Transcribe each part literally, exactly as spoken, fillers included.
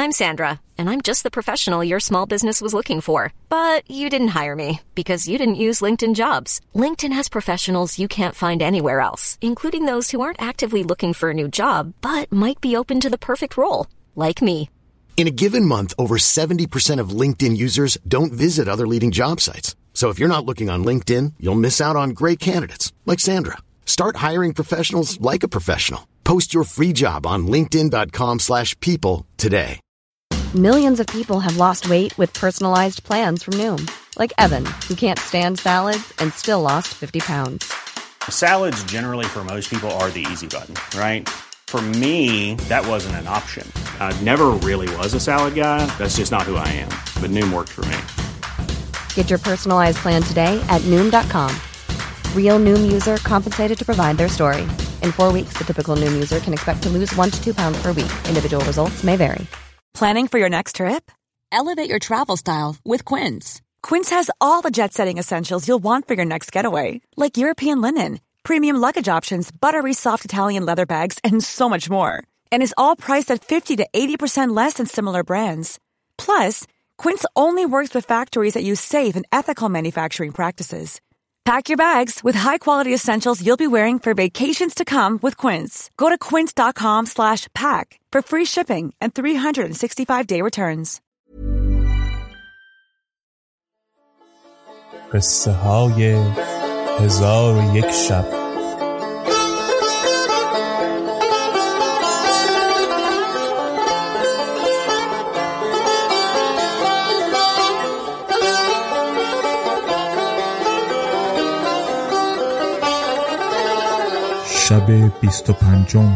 I'm Sandra, and I'm just the professional your small business was looking for. But you didn't hire me because you didn't use LinkedIn Jobs. LinkedIn has professionals you can't find anywhere else, including those who aren't actively looking for a new job, but might be open to the perfect role, like me. In a given month, over seventy percent of LinkedIn users don't visit other leading job sites. So if you're not looking on LinkedIn, you'll miss out on great candidates like Sandra. Start hiring professionals like a professional. Post your free job on linkedin dot com slash people today. Millions of people have lost weight with personalized plans from Noom. Like Evan, who can't stand salads and still lost fifty pounds. Salads generally for most people are the easy button, right? For me, that wasn't an option. I never really was a salad guy. That's just not who I am. But Noom worked for me. Get your personalized plan today at noom dot com. Real Noom user compensated to provide their story. In four weeks, the typical Noom user can expect to lose one to two pounds per week. Individual results may vary. Planning for your next trip? Elevate your travel style with Quince. Quince has all the jet-setting essentials you'll want for your next getaway, like European linen, premium luggage options, buttery soft Italian leather bags, and so much more. And is all priced at fifty to eighty percent less than similar brands. Plus, Quince only works with factories that use safe and ethical manufacturing practices. Pack your bags with high-quality essentials you'll be wearing for vacations to come with Quince. Go to quince dot com slash pack for free shipping and three sixty-five day returns. قصه های هزار و یک شب. شب بیست و پنجم.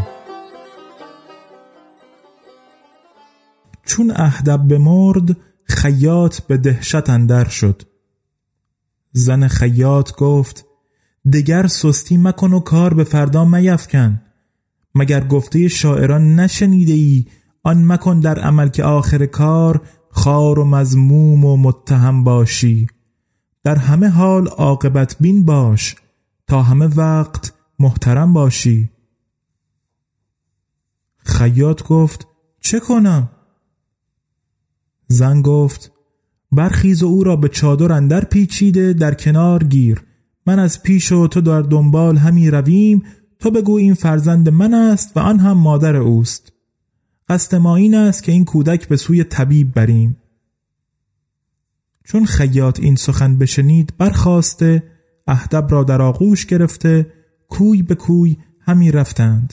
چون اهدب بمرد، خیاط به دهشت اندر شد. زن خیاط گفت: دگر سستی مکن و کار به فردا میفکن. مگر گفته شاعران نشنیده ای آن مکن در عمل که آخر کار خار و مذموم و متهم باشی. در همه حال عاقبت بین باش تا همه وقت محترم باشی. خیاط گفت: چه کنم؟ زن گفت: برخیز و او را به چادر اندر پیچیده در کنار گیر. من از پیش و تو در دنبال همی رویم. تو بگو این فرزند من است و آن هم مادر اوست. قصد ما این است که این کودک به سوی طبیب بریم. چون خیاط این سخن بشنید، برخاسته اهدب را در آغوش گرفته کوی به کوی همی رفتند.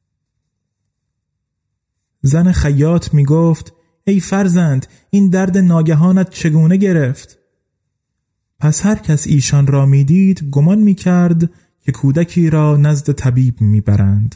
زن خیاط می گفت: ای فرزند، این درد ناگهانت چگونه گرفت؟ پس هر کس ایشان را می دید گمان می کرد که کودکی را نزد طبیب می برند.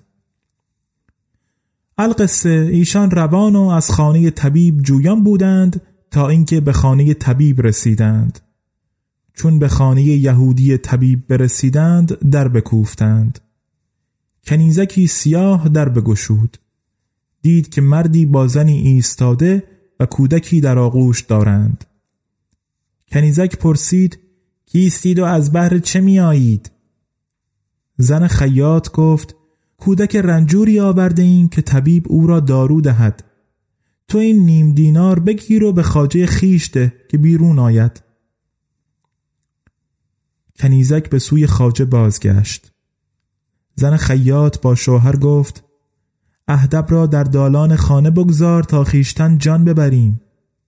القصه ایشان روان و از خانه طبیب جویان بودند تا اینکه به خانه طبیب رسیدند. چون به خانه یهودی طبیب برسیدند، در بکوفتند. کنیزکی سیاه در بگشود. دید که مردی با زنی ایستاده و کودکی در آغوش دارند. کنیزک پرسید: کیستید و از بهر چه می آیید؟ زن خیاط گفت: کودک رنجوری آورده ایم که طبیب او را دارو دهد. تو این نیم دینار بگیر و به خواجه خویش ده که بیرون آید. کنیزک به سوی خواجه بازگشت. زن خیاط با شوهر گفت: اهدب را در دالان خانه بگذار تا خویشتن جان ببریم.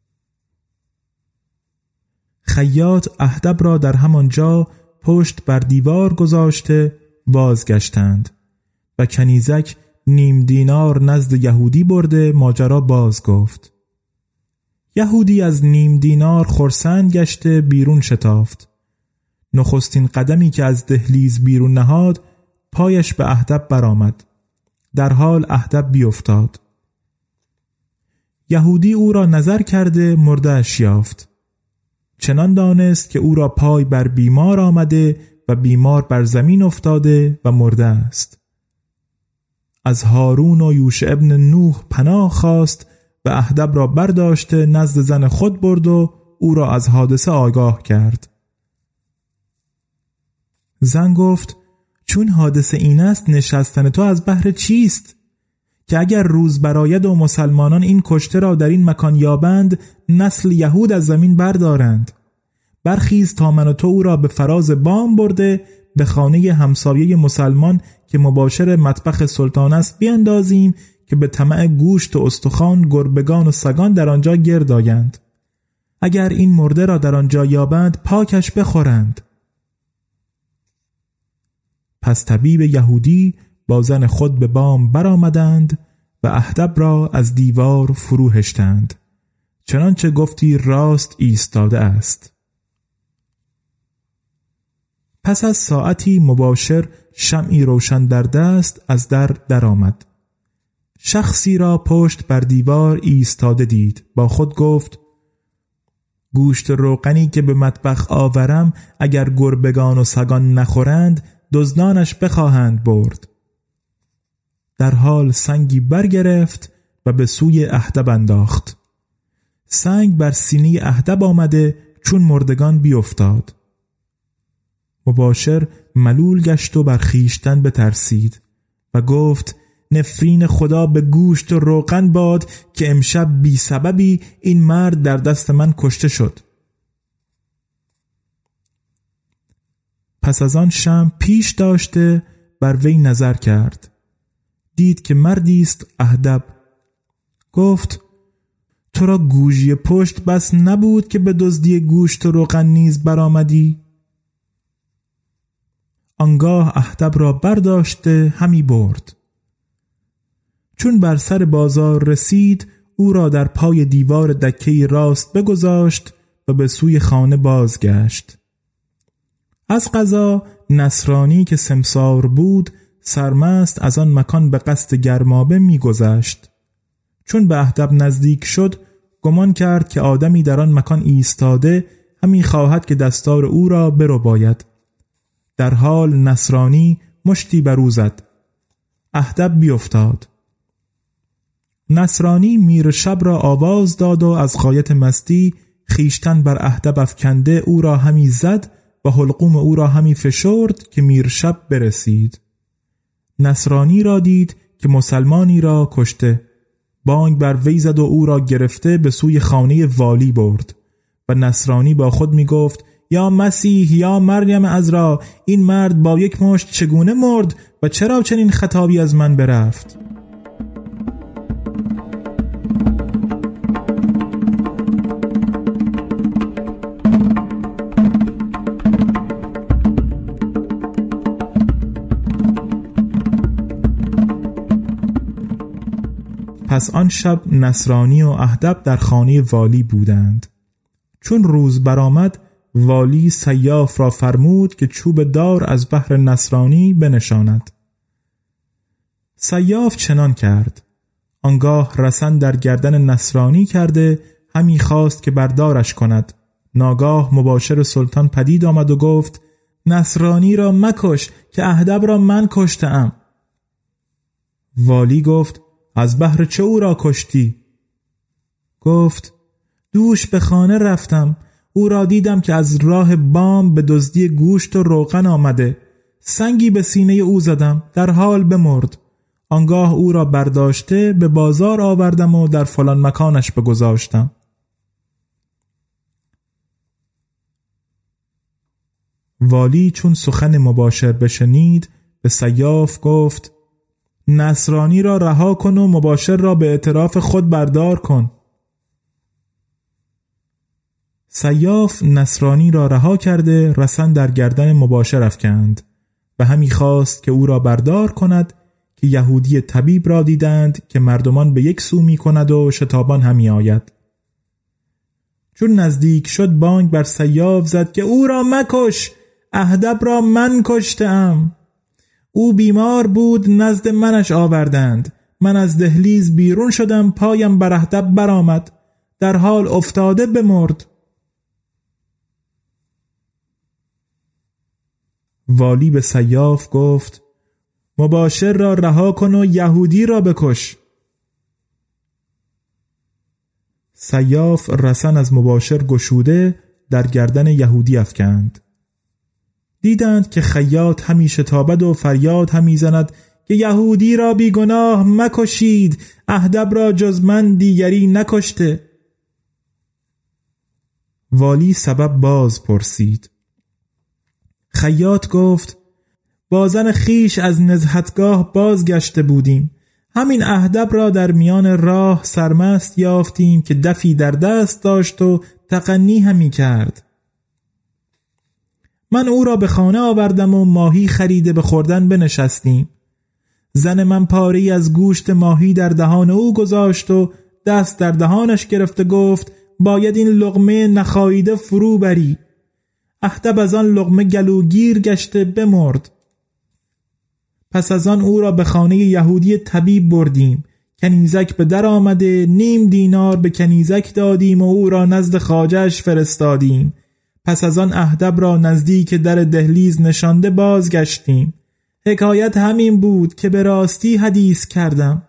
خیاط اهدب را در همانجا پشت بر دیوار گذاشته بازگشتند و کنیزک نیم دینار نزد یهودی برده ماجرا باز گفت. یهودی از نیم دینار خرسند گشته بیرون شتافت. نخستین قدمی که از دهلیز بیرون نهاد، پایش به اهدب برآمد. در حال اهدب بیفتاد. یهودی او را نظر کرده مرده‌اش یافت. چنان دانست که او را پای بر بیمار آمده و بیمار بر زمین افتاده و مرده است. از هارون و یوشع ابن نوح پناه خواست و اهدب را برداشته نزد زن خود برد و او را از حادثه آگاه کرد. زن گفت: چون حادثه این است، نشستن تو از بهر چیست؟ که اگر روز براید و مسلمانان این کشته را در این مکان یابند نسل یهود از زمین بردارند. برخیز تا من و تو او را به فراز بام برده به خانه همسایه مسلمان که مباشر مطبخ سلطان است بیندازیم که به طمع گوشت و استخوان گربگان و سگان در آنجا گرد آیند. اگر این مرده را در آنجا یابند پاکش بخورند. پس طبیب یهودی با زن خود به بام برآمدند و احدب را از دیوار فرو هشتند، چنانچه گفتی راست ایستاده است. پس از ساعتی مباشر شمعی روشن در دست از در درآمد. شخصی را پشت بر دیوار ایستاده دید. با خود گفت گوشت روغنی که به مطبخ آورم اگر گربگان و سگان نخورند دزدانش بخواهند برد. در حال سنگی برگرفت و به سوی احدب انداخت. سنگ بر سینه احدب آمده چون مردگان بیفتاد. مباشر ملول گشت و بر خویشتن بترسید و گفت نفرین خدا به گوشت و روغن باد که امشب بی سببی این مرد در دست من کشته شد. پس از آن شمع پیش داشته بر وی نظر کرد. دید که مردی است احدب. گفت تو را گوژی پشت بس نبود که به دزدی گوشت و روغن نیز برآمدی؟ آنگاه احدب را برداشته همی برد. چون بر سر بازار رسید او را در پای دیوار دکه‌ای راست بگذاشت و به سوی خانه بازگشت. از قضا نصرانی که سمسار بود سرمست از آن مکان به قصد گرمابه می‌گذشت. چون به احدب نزدیک شد گمان کرد که آدمی در آن مکان ایستاده همی خواهد که دستار او را برو باید. در حال نصرانی مشتی بر او زد. احدب بیفتاد. نصرانی میر شب را آواز داد و از غایت مستی خیشتن بر احدب افکنده او را همی زد و حلقوم او را همی فشرد که میر شب برسید. نصرانی را دید که مسلمانی را کشته. بانگ بر وی زد و او را گرفته به سوی خانه والی برد و نصرانی با خود می گفت یا مسیح یا مریم عذرا، این مرد با یک مشت چگونه مرد و چرا چنین خطابی از من برفت؟ پس آن شب نصرانی و احدب در خانه والی بودند. چون روز برآمد والی سیاف را فرمود که چوب دار از بهر نصرانی بنشاند. سیاف چنان کرد. آنگاه رسن در گردن نصرانی کرده همی خواست که بردارش کند. ناگاه مباشر سلطان پدید آمد و گفت نصرانی را مکش که احدب را من کشتم. والی گفت از بهر چه او را کشتی؟ گفت دوش به خانه رفتم، او را دیدم که از راه بام به دزدی گوشت و روغن آمده. سنگی به سینه او زدم، در حال بمرد. آنگاه او را برداشته به بازار آوردم و در فلان مکانش بگذاشتم. والی چون سخن مباشر بشنید به سیاف گفت نصرانی را رها کن و مباشر را به اعتراف خود بردار کن. سیاف نصرانی را رها کرده رسن در گردن مباشر افکند و همی خواست که او را بردار کند که یهودی طبیب را دیدند که مردمان به یک سو می کند و شتابان همی آید. چون نزدیک شد بانگ بر سیاف زد که او را مکش، احدب را من کشتم. او بیمار بود، نزد منش آوردند. من از دهلیز بیرون شدم، پایم بر احدب برآمد، در حال افتاده بمرد. والی به سیاف گفت مباشر را رها کن و یهودی را بکش. سیاف رسن از مباشر گشوده در گردن یهودی افکند. دیدند که خیاط همی شتابد و فریاد همی زند که یهودی را بی گناه مکشید، اهدب را جز من دیگری نکشته. والی سبب باز پرسید. خیاط گفت با زن خیش از نزهتگاه بازگشته بودیم. همین اهدب را در میان راه سرمست یافتیم که دفی در دست داشت و تغنی همی کرد. من او را به خانه آوردم و ماهی خریده به خوردن بنشستیم. زن من پاره‌ای از گوشت ماهی در دهان او گذاشت و دست در دهانش گرفته گفت باید این لقمه نخاییده فرو بری. اهدب از آن لقمه گلوگیر گشته بمرد. پس از آن او را به خانه یهودی طبیب بردیم. کنیزک به در آمده، نیم دینار به کنیزک دادیم و او را نزد خواجه‌اش فرستادیم. پس از آن اهدب را نزدیک در دهلیز نشانده بازگشتیم. حکایت همین بود که به راستی حدیث کردم.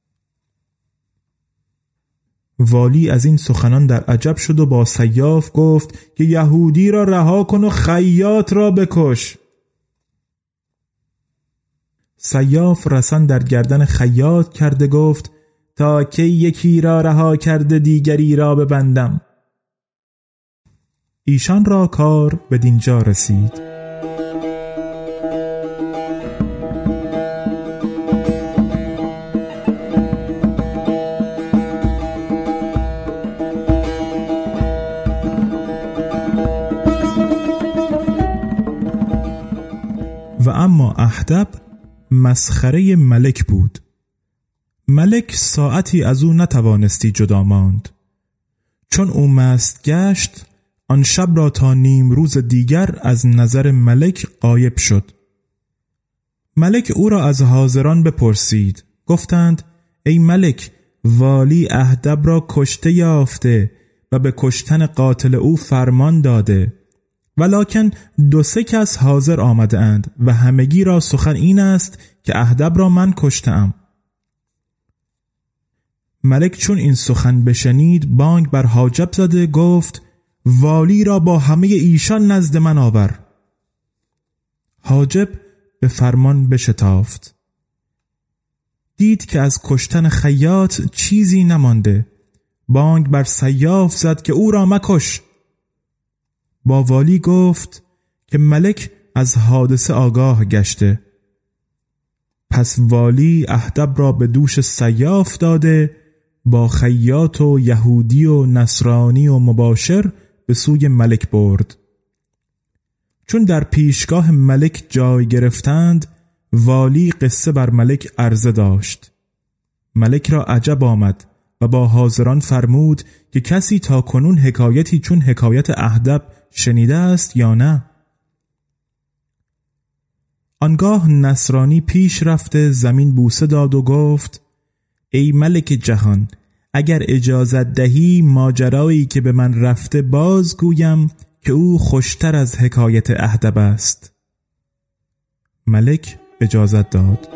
والی از این سخنان در عجب شد و با سیاف گفت که یهودی را رها کن و خیاط را بکش. سیاف رسن در گردن خیاط کرده گفت تا که یکی را رها کرده دیگری را ببندم. ایشان را کار به دینجا رسید. و اما اهدب مسخره ملک بود. ملک ساعتی از او نتوانستی جدا ماند. چون او مست گشت آن شب را تا نیم روز دیگر از نظر ملک غایب شد. ملک او را از حاضران بپرسید. گفتند ای ملک، والی اهدب را کشته یافته و به کشتن قاتل او فرمان داده، ولکن دو سه کس حاضر آمده اند و همگی را سخن این است که اهدب را من کشتم. ملک چون این سخن بشنید بانگ بر حاجب زده گفت والی را با همه ایشان نزد من آور. حاجب به فرمان بشتافت. دید که از کشتن خیاط چیزی نمانده. بانگ بر سیاف زد که او را مکش. با والی گفت که ملک از حادثه آگاه گشته. پس والی اهدب را به دوش سیاف داده با خیاط و یهودی و نصرانی و مباشر به سوی ملک برد. چون در پیشگاه ملک جای گرفتند والی قصه بر ملک عرضه داشت. ملک را عجب آمد و با حاضران فرمود که کسی تا کنون حکایتی چون حکایت اهدب شنیده است یا نه؟ آنگاه نصرانی پیش رفته زمین بوسه داد و گفت ای ملک جهان، اگر اجازت دهی ماجرایی که به من رفته بازگویم که او خوشتر از حکایت اهدب است. ملک اجازت داد.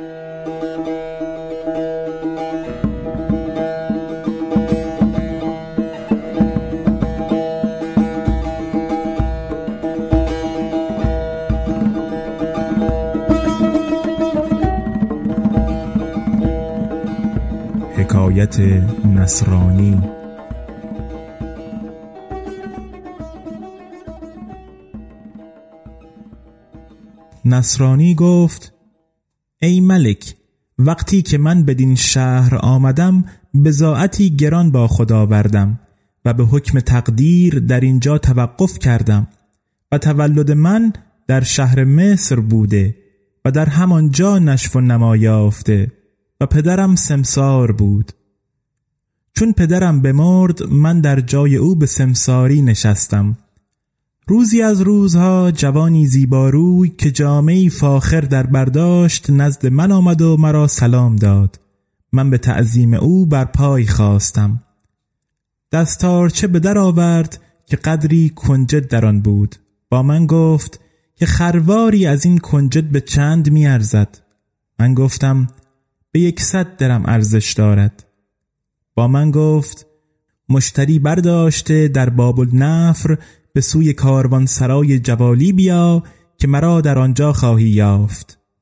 حکایت نصرانی. نصرانی گفت ای ملک، وقتی که من بدین شهر آمدم بضاعتی گران با خدا آوردم و به حکم تقدیر در اینجا توقف کردم و تولد من در شهر مصر بوده و در همانجا نشو و نما یافته و پدرم سمسار بود. چون پدرم بمرد من در جای او به سمساری نشستم. روزی از روزها جوانی زیباروی که جامه‌ای فاخر در برداشت نزد من آمد و مرا سلام داد. من به تعظیم او بر پای خواستم. دستارچه به در آورد که قدری کنجد در آن بود. با من گفت که خرواری از این کنجد به چند می ارزد؟ من گفتم به یکصد درم ارزش دارد. با من گفت مشتری برداشته در باب النفر به سوی کاروان سرای جوالی بیا که مرا در آنجا خواهی یافت.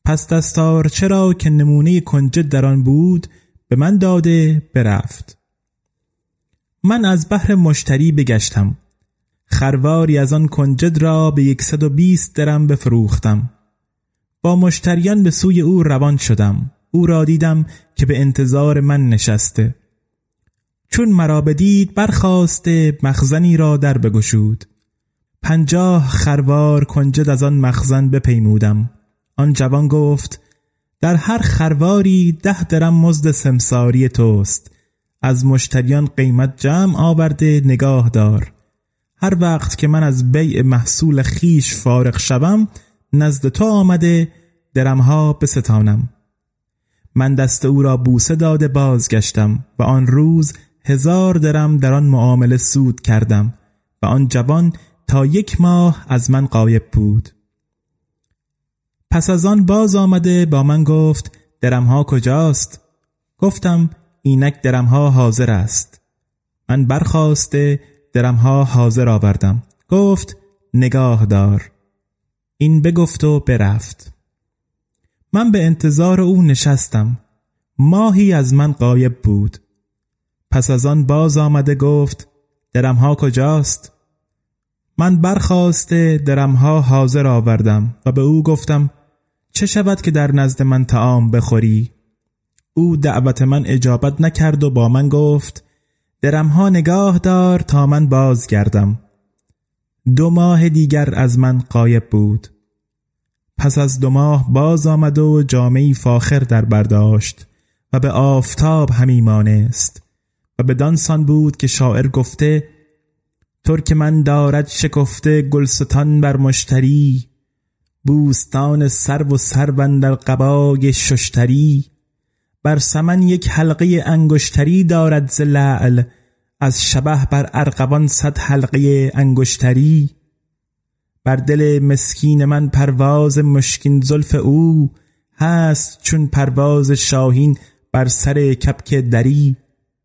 پس دستار چرا که نمونه کنجد در آن بود به من داده برفت. من از بحر مشتری بگشتم، خرواری از آن کنجد را به یکصد و بیست درم بفروختم. با مشتریان به سوی او روان شدم. او را دیدم که به انتظار من نشسته. چون مرا بدید برخاسته مخزنی را در بگشود. پنجاه خروار کنجد از آن مخزن بپیمودم. آن جوان گفت در هر خرواری ده درم مزد سمساری توست. از مشتریان قیمت جمع آورده نگاه دار. هر وقت که من از بیع محصول خیش فارغ شوم نزد تو آمده درمها بستانم. من دست او را بوسه داده بازگشتم و آن روز هزار درم در آن معامله سود کردم و آن جوان تا یک ماه از من غایب بود. پس از آن باز آمده با من گفت درمها کجاست؟ گفتم اینک درمها حاضر است. من برخاسته درمها حاضر آوردم. گفت نگاه دار. این بگفت و برفت. من به انتظار او نشستم. ماهی از من غایب بود. پس از آن باز آمده گفت درمها کجاست؟ من برخاسته درمها حاضر آوردم و به او گفتم چه شود که در نزد من طعام بخوری؟ او دعوت من اجابت نکرد و با من گفت درمها نگاه دار تا من بازگردم. دو ماه دیگر از من غایب بود. پس از دو ماه باز آمد و جامه‌ای فاخر در برداشت و به آفتاب همی مانست و بدانسان بود که شاعر گفته ترک من دارد شکفته گلستان بر مشتری، بوستان سرو و سرو اندر قبای ششتری. بر سمن یک حلقه انگشتری دارد ز لعل، از شبه بر ارغوان صد حلقه انگشتری. بر دل مسکین من پرواز مشکین زلف او، هست چون پرواز شاهین بر سر کبک دری.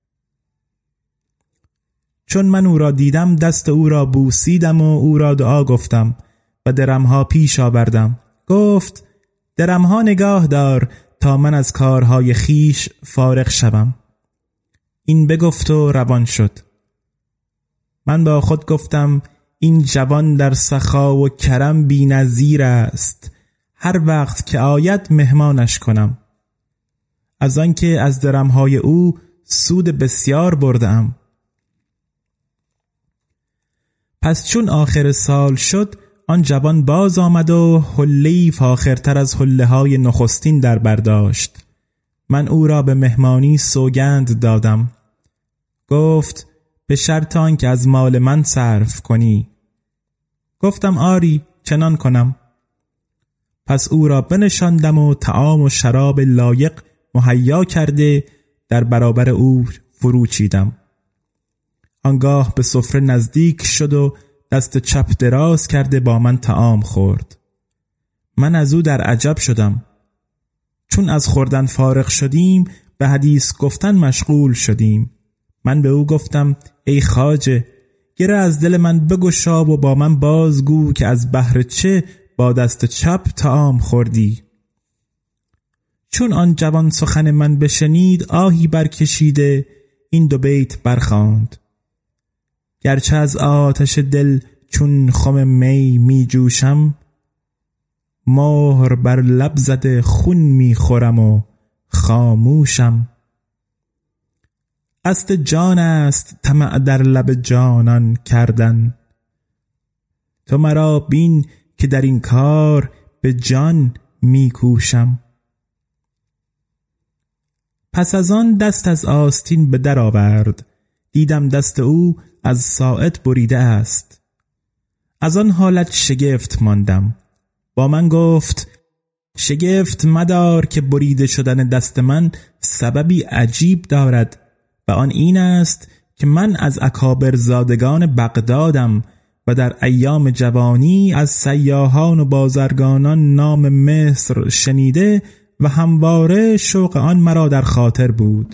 چون من او را دیدم دست او را بوسیدم و او را دعا گفتم و درمها پیش آوردم. گفت درمها نگاه دار تا من از کارهای خیش فارغ شوم. این بگفت و روان شد. من با خود گفتم این جوان در سخا و کرم بی نظیر است. هر وقت که آید مهمانش کنم. از آنکه از درمهای او سود بسیار بردم. پس چون آخر سال شد آن جوان باز آمد و حله‌ای فاخرتر از حله‌های نخستین در برداشت. من او را به مهمانی سوگند دادم. گفت به شرط آنکه از مال من صرف کنی. گفتم آری چنان کنم. پس او را بنشاندم و طعام و شراب لایق مهیا کرده در برابر او فرو چیدم. آنگاه به سفره نزدیک شد و دست چپ دراز کرده با من طعام خورد. من از او در عجب شدم. چون از خوردن فارغ شدیم به حدیث گفتن مشغول شدیم. من به او گفتم ای خواجه گره از دل من بگشا و با من بازگو که از بهر چه با دست چپ طعام خوردی. چون آن جوان سخن من بشنید آهی برکشیده این دو بیت برخواند. گرچه از آتش دل چون خم می می جوشم، مهر بر لب زده خون می خورم و خاموشم. قصد جان است طمع در لب جانان کردن، تو مرا بین که در این کار به جان می کوشم. پس از آن دست از آستین به در آورد. دیدم دست او از ساعد بریده است. از آن حالت شگفت ماندم. با من گفت شگفت مدار که بریده شدن دست من سببی عجیب دارد و آن این است که من از اکابر زادگان بغدادم و در ایام جوانی از سیاحان و بازرگانان نام مصر شنیده و همواره شوق آن مرا در خاطر بود.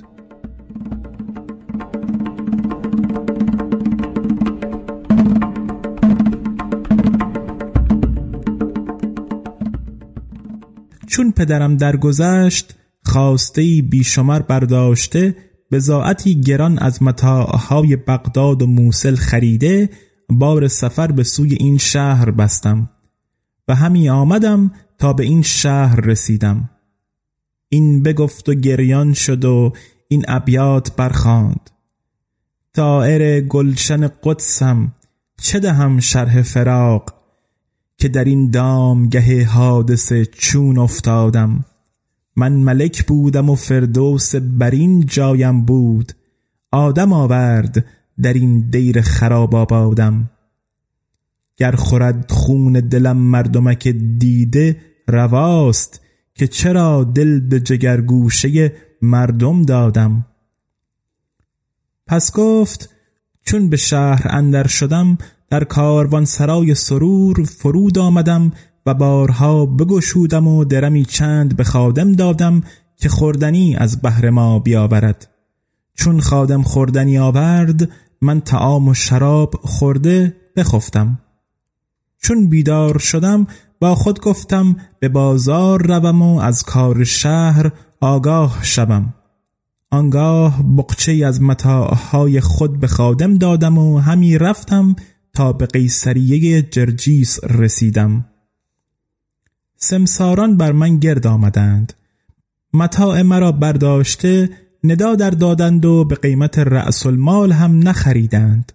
چون پدرم درگذشت خواسته‌ای بیشمار برداشته، بضاعتی گران از متاعهای بغداد و موصل خریده، بار سفر به سوی این شهر بستم و همی آمدم تا به این شهر رسیدم. این بگفت و گریان شد و این ابیات برخواند: طائر گلشن قدسم چه دهم شرح فراق، که در این دامگه حادثه چون افتادم. من ملک بودم و فردوس برین جایم بود، آدم آورد در این دیر خراب آبادم. گر خورد خون دلم مردمک دیده، رواست که چرا دل به جگرگوشه مردم دادم. پس گفت: چون به شهر اندر شدم، در کاروان سرای سرور فرود آمدم و بارها بگشودم و درمی چند به خادم دادم که خوردنی از بهر ما بیاورد. چون خادم خوردنی آورد، من طعام و شراب خورده بخفتم. چون بیدار شدم با خود گفتم به بازار روم و از کار شهر آگاه شوم. آنگاه بقچه از متاعهای خود به خادم دادم و همی رفتم تا به قیصریه جرجیس رسیدم. سمساران بر من گرد آمدند، متاع مرا برداشته ندا در دادند و به قیمت رأس المال هم نخریدند.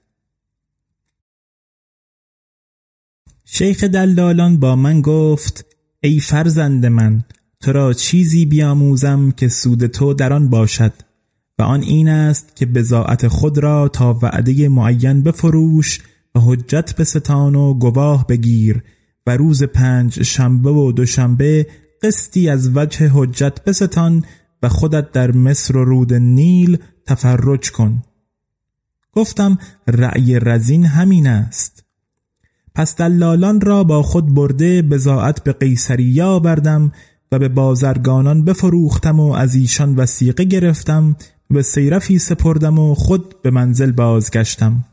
شیخ دلالان با من گفت: ای فرزند من، تو را چیزی بیاموزم که سود تو در آن باشد، و آن این است که بضاعت خود را تا وعده معین بفروش و حجت بستان و گواه بگیر و روز پنج شنبه و دوشنبه قسطی از وجه حجت بستان و خودت در مصر و رود نیل تفرج کن. گفتم: رأی رزین همین است. پس دلالان را با خود برده بضاعت به قیصریه آوردم و به بازرگانان بفروختم و از ایشان وثیقه گرفتم و به صیرفی سپردم و خود به منزل بازگشتم.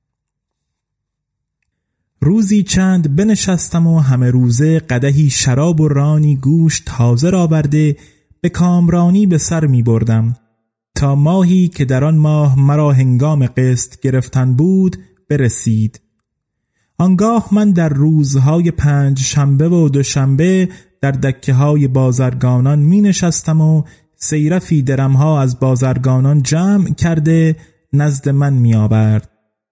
روزی چند بنشستم و همه روزه قدحی شراب و رانی گوشت حاضر آورده به کامرانی به سر می بردم تا ماهی که در آن ماه مرا هنگام قسط گرفتن بود برسید. آنگاه من در روزهای پنج شنبه و دوشنبه در دکه های بازرگانان می نشستم و صیرفی درمها از بازرگانان جمع کرده نزد من می آورد،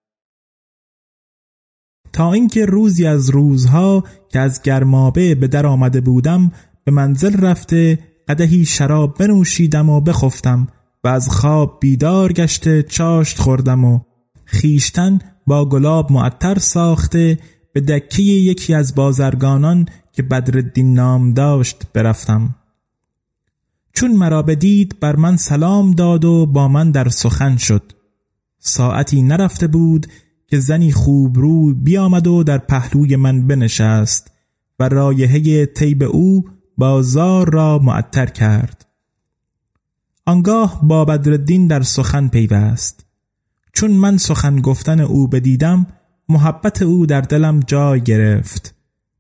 تا اینکه روزی از روزها که از گرمابه به در آمده بودم به منزل رفته قدحی شراب بنوشیدم و بخفتم و از خواب بیدار گشته چاشت خوردم و خیشتن با گلاب معطر ساخته به دکه یکی از بازرگانان که بدرالدین نام داشت برفتم. چون مرا بدید بر من سلام داد و با من در سخن شد. ساعتی نرفته بود که زنی خوب رو بیامد و در پهلوی من بنشست و رایحه طیب او بازار را معطر کرد. آنگاه با بدرالدین در سخن پیوست. چون من سخن گفتن او بدیدم محبت او در دلم جای گرفت.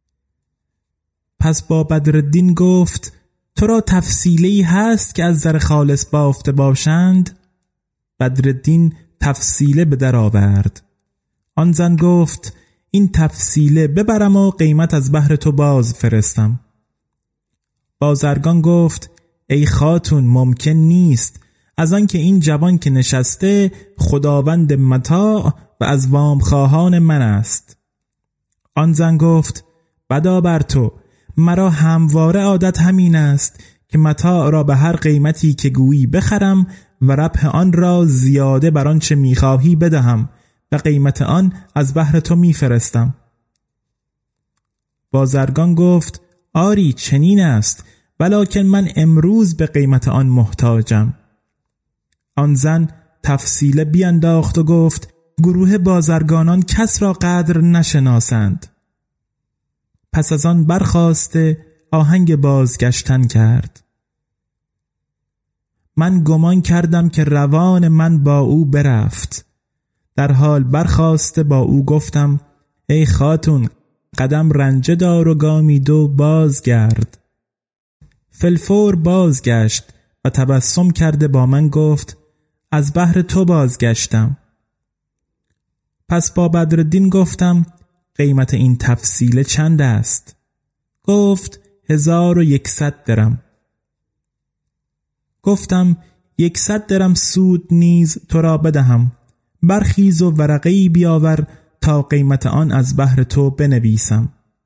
پس با بدرالدین گفت: تو را تفصیلی هست که از زر خالص بافته باشند؟ بدرالدین تفصیله به در آورد. آن زن گفت: این تفصیله ببرم و قیمت از بهر تو باز فرستم. بازرگان گفت: ای خاتون ممکن نیست، از آن که این جوان که نشسته خداوند متاع و از وامخواهان من است. آن زن گفت: بدا بر تو، مرا همواره عادت همین است که متاع را به هر قیمتی که گویی بخرم و ربح آن را زیاده بر آنچه میخواهی بدهم و قیمت آن از بهر تو میفرستم. بازرگان گفت: آری چنین است، ولکن من امروز به قیمت آن محتاجم. آن زن تفصیل بینداخت و گفت: گروه بازرگانان کس را قدر نشناسند. پس از آن برخاسته آهنگ بازگشتن کرد. من گمان کردم که روان من با او برفت. در حال برخاسته با او گفتم: ای خاتون، قدم رنجه دار و گامی دو بازگرد. فلفور بازگشت و تبسم کرده با من گفت از بحر تو بازگشتم. پس با بدرالدین گفتم قیمت این تفصیله چند است؟ گفت هزار و یکصد درم. گفتم یکصد درم سود نیز تو را بدهم، برخیز و ورقه‌ای بیاور تا قیمت آن از بحر تو بنویسم.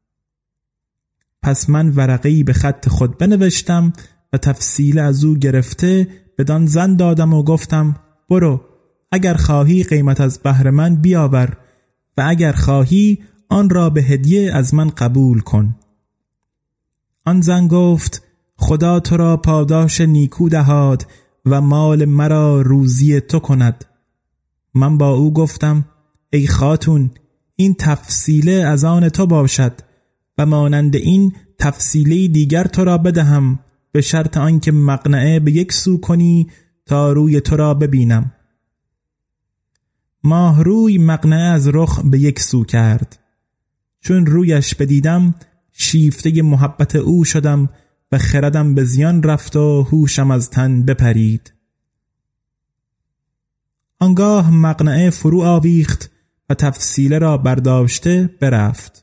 پس من ورقه‌ای به خط خود بنوشتم و تفصیل از او گرفته بدان زن دادم و گفتم برو، اگر خواهی قیمت از بحر من بیاور و اگر خواهی آن را به هدیه از من قبول کن. آن زن گفت خدا تو را پاداش نیکو دهاد و مال مرا روزی تو کند. من با او گفتم ای خاتون، این تفصیله از آن تو باشد و مانند این تفصیله دیگر تو را بدهم، به شرط آنکه مقنعه به یک سو کنی تا روی تو را ببینم. ماه روی مقنعه از رخ به یک سو کرد. چون رویش بدیدم شیفته محبت او شدم و خردم به زیان رفت و هوشم از تن بپرید. آنگاه مقنعه فرو آویخت و تفصیله را برداشته برفت.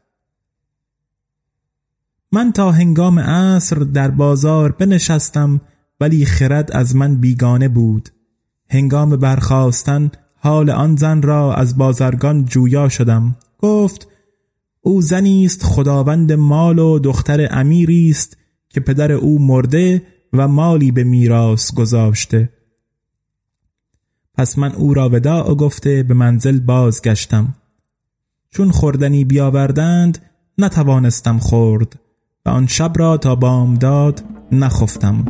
من تا هنگام عصر در بازار بنشستم ولی خرد از من بیگانه بود. هنگام برخاستن حال آن زن را از بازرگان جویا شدم. گفت او زنی است خداوند مال و دختر امیری است که پدر او مرده و مالی به میراث گذاشته. پس من او را وداع گفته به منزل بازگشتم. چون خوردنی بیاوردند نتوانستم خورد و آن شب را تا بامداد نخفتم.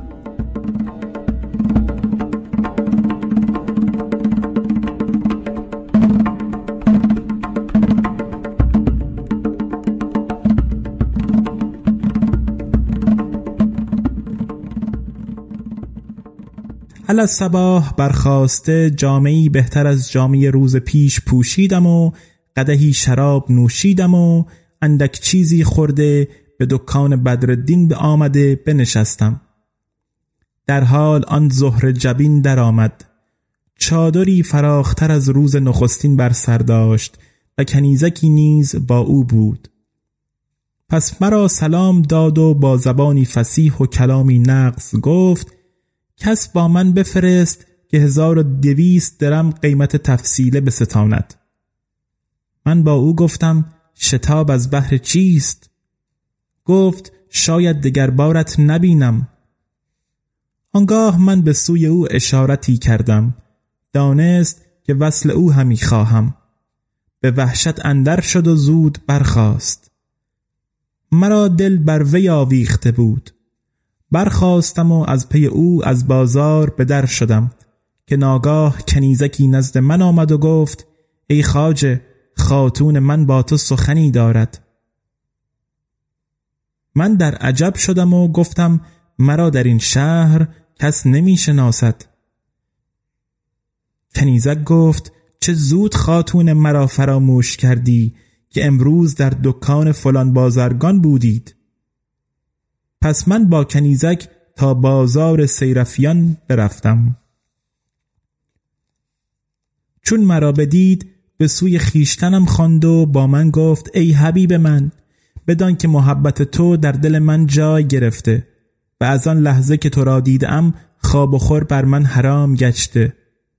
علی الصباح برخاسته جامه‌ای بهتر از جامه روز پیش پوشیدم و قدحی شراب نوشیدم و اندک چیزی خورده به دکان بدرالدین به آمده بنشستم. در حال آن زهر جبین در آمد. چادری فراختر از روز نخستین بر سر داشت و کنیزکی نیز با او بود. پس مرا سلام داد و با زبانی فصیح و کلامی نغز گفت کس با من بفرست که هزار و دویست درم قیمت تفصیله بستاند. من با او گفتم شتاب از بحر چیست؟ گفت شاید دگر بارت نبینم. آنگاه من به سوی او اشارتی کردم. دانست که وصل او همی خواهم. به وحشت اندر شد و زود برخاست. مرا دل بر وی آویخته بود. برخاستم و از پی او از بازار به در شدم که ناگاه کنیزکی نزد من آمد و گفت ای خواجه، خاتون من با تو سخنی دارد. من در عجب شدم و گفتم مرا در این شهر کس نمی شناسد. کنیزک گفت چه زود خاتون مرا فراموش کردی که امروز در دکان فلان بازرگان بودید. پس من با کنیزک تا بازار سیرفیان برفتم. چون مرا بدید به سوی خیشتنم خواند و با من گفت ای حبیب من، بدان که محبت تو در دل من جای گرفته و از آن لحظه که تو را دیدم خواب و خور بر من حرام گشته.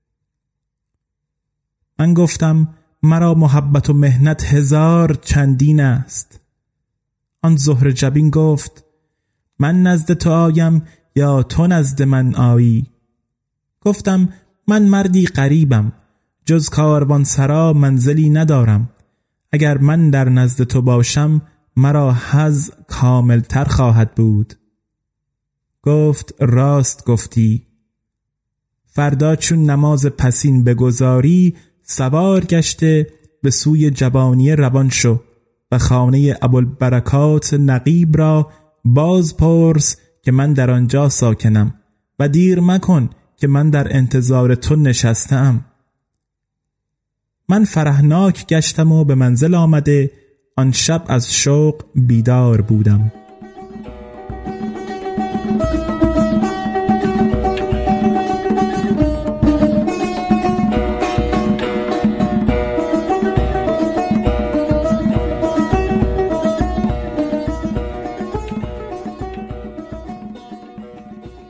من گفتم مرا محبت و مهنت هزار چندین است. آن زهر جبین گفت من نزد تو آیم یا تو نزد من آیی؟ گفتم من مردی غریبم، جز کاروان سرا منزلی ندارم. اگر من در نزد تو باشم مرا حظ کامل تر خواهد بود. گفت راست گفتی. فردا چون نماز پسین بگذاری سوار گشته به سوی جبانیه روان شو و خانه ابوالبرکات نقیب را باز پرس که من در آنجا ساکنم و دیر مکن که من در انتظار تو نشستم. من فرحناک گشتم و به منزل آمده آن شب از شوق بیدار بودم.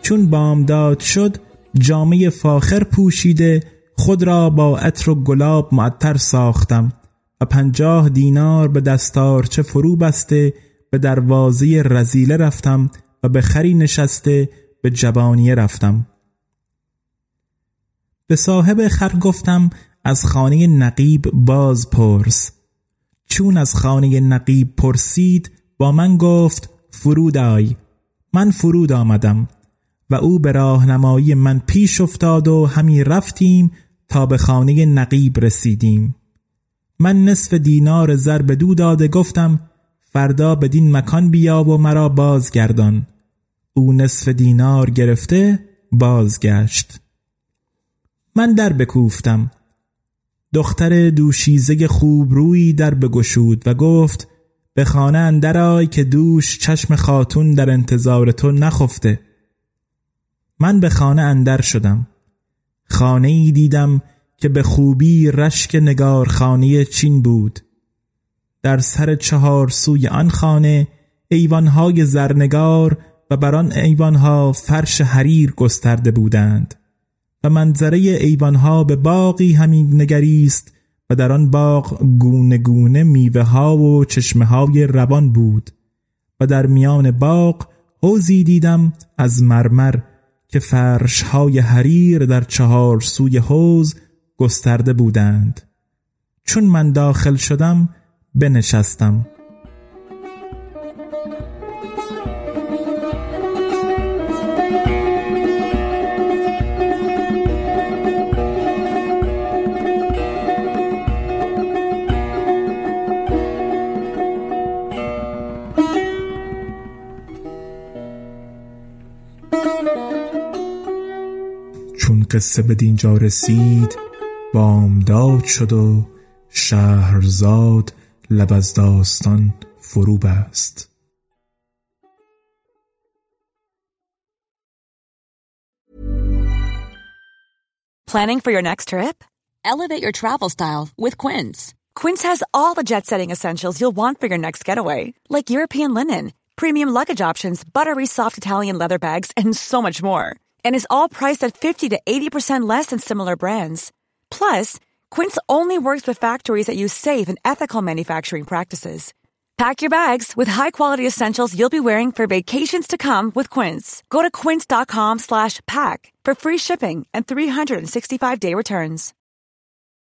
چون بامداد شد جامه فاخر پوشیده خود را با عطر و گلاب معطر ساختم و پنجاه دینار به دستارچه فرو بسته به دروازه رذیله رفتم و به خری نشسته به جبانیه رفتم. به صاحب خر گفتم از خانه نقیب باز پرس. چون از خانه نقیب پرسید با من گفت فرود آی. من فرود آمدم و او به راهنمایی من پیش افتاد و همی رفتیم تا به خانه نقیب رسیدیم. من نصف دینار زر بدو داده گفتم فردا بدین مکان بیا و مرا بازگردان. او نصف دینار گرفته بازگشت. من در بکوفتم. دختر دوشیزه خوب روی در بگشود و گفت به خانه اندر آی که دوش چشم خاتون در انتظار تو نخفته. من به خانه اندر شدم. خانه ای دیدم که به خوبی رشک نگارخانه چین بود. در سر چهار سوی آن خانه ایوانهای زرنگار و بر آن ایوانها فرش حریر گسترده بودند و منظره ایوانها به باغی همی نگریست و در آن باغ گونه گونه میوه ها و چشمه های روان بود و در میان باغ حوضی دیدم از مرمر که فرش های حریر در چهار سوی حوض گسترده بودند. چون من داخل شدم بنشستم. چون قصه به دینجا رسید بامداد شد و شهرزاد لب از داستان فرو بست. Planning for your next trip? Elevate your travel style with Quince. Quince has all the jet-setting essentials you'll want for your next getaway, like European linen, premium luggage options, buttery soft Italian leather bags, and so much more. And is all priced at fifty to eighty percent less than similar brands. Plus, Quince only works with factories that use safe and ethical manufacturing practices. Pack your bags with high-quality essentials you'll be wearing for vacations to come with Quince. Go to quince.com slash pack for free shipping and three sixty-five day returns.